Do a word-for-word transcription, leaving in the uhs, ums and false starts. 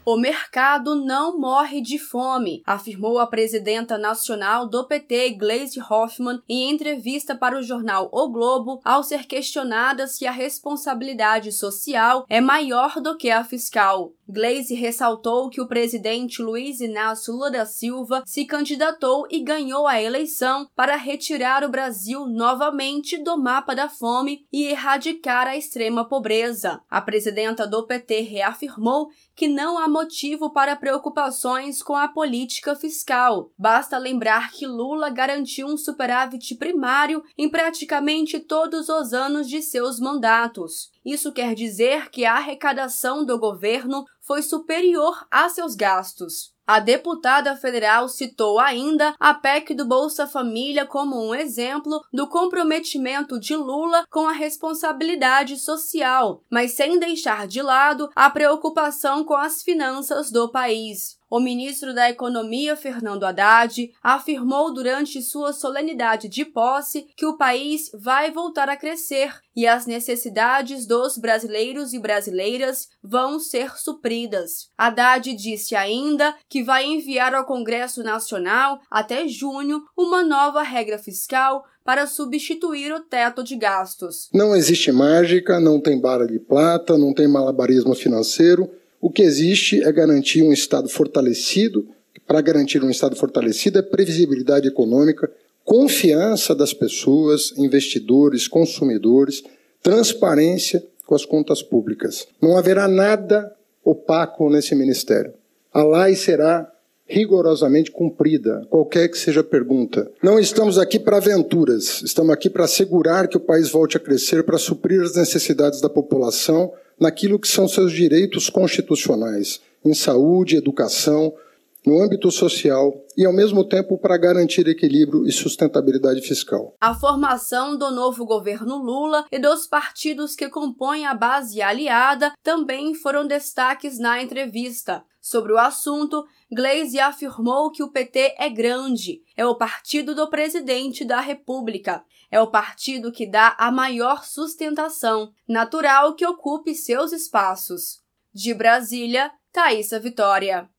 O mercado não morre de fome, afirmou a presidenta nacional do P T, Gleisi Hoffmann, em entrevista para o jornal O Globo, ao ser questionada se a responsabilidade social é maior do que a fiscal. Gleisi ressaltou que o presidente Luiz Inácio Lula da Silva se candidatou e ganhou a eleição para retirar o Brasil novamente do mapa da fome e erradicar a extrema pobreza. A presidenta do P T reafirmou que não há motivo para preocupações com a política fiscal. Basta lembrar que Lula garantiu um superávit primário em praticamente todos os anos de seus mandatos. Isso quer dizer que a arrecadação do governo foi superior a seus gastos. A deputada federal citou ainda a P E C do Bolsa Família como um exemplo do comprometimento de Lula com a responsabilidade social, mas sem deixar de lado a preocupação com as finanças do país. O ministro da Economia, Fernando Haddad, afirmou durante sua solenidade de posse que o país vai voltar a crescer e as necessidades dos brasileiros e brasileiras vão ser supridas. Haddad disse ainda que vai enviar ao Congresso Nacional, até junho, uma nova regra fiscal para substituir o teto de gastos. Não existe mágica, não tem bala de prata, não tem malabarismo financeiro. O que existe é garantir um Estado fortalecido. Para garantir um Estado fortalecido é previsibilidade econômica, confiança das pessoas, investidores, consumidores, transparência com as contas públicas. Não haverá nada opaco nesse ministério. A lei será rigorosamente cumprida, qualquer que seja a pergunta. Não estamos aqui para aventuras, estamos aqui para assegurar que o país volte a crescer, para suprir as necessidades da população naquilo que são seus direitos constitucionais, em saúde, educação, no âmbito social e, ao mesmo tempo, para garantir equilíbrio e sustentabilidade fiscal. A formação do novo governo Lula e dos partidos que compõem a base aliada também foram destaques na entrevista. Sobre o assunto, Gleisi afirmou que o P T é grande, é o partido do presidente da República, é o partido que dá a maior sustentação, natural que ocupe seus espaços. De Brasília, Thaisa Vitória.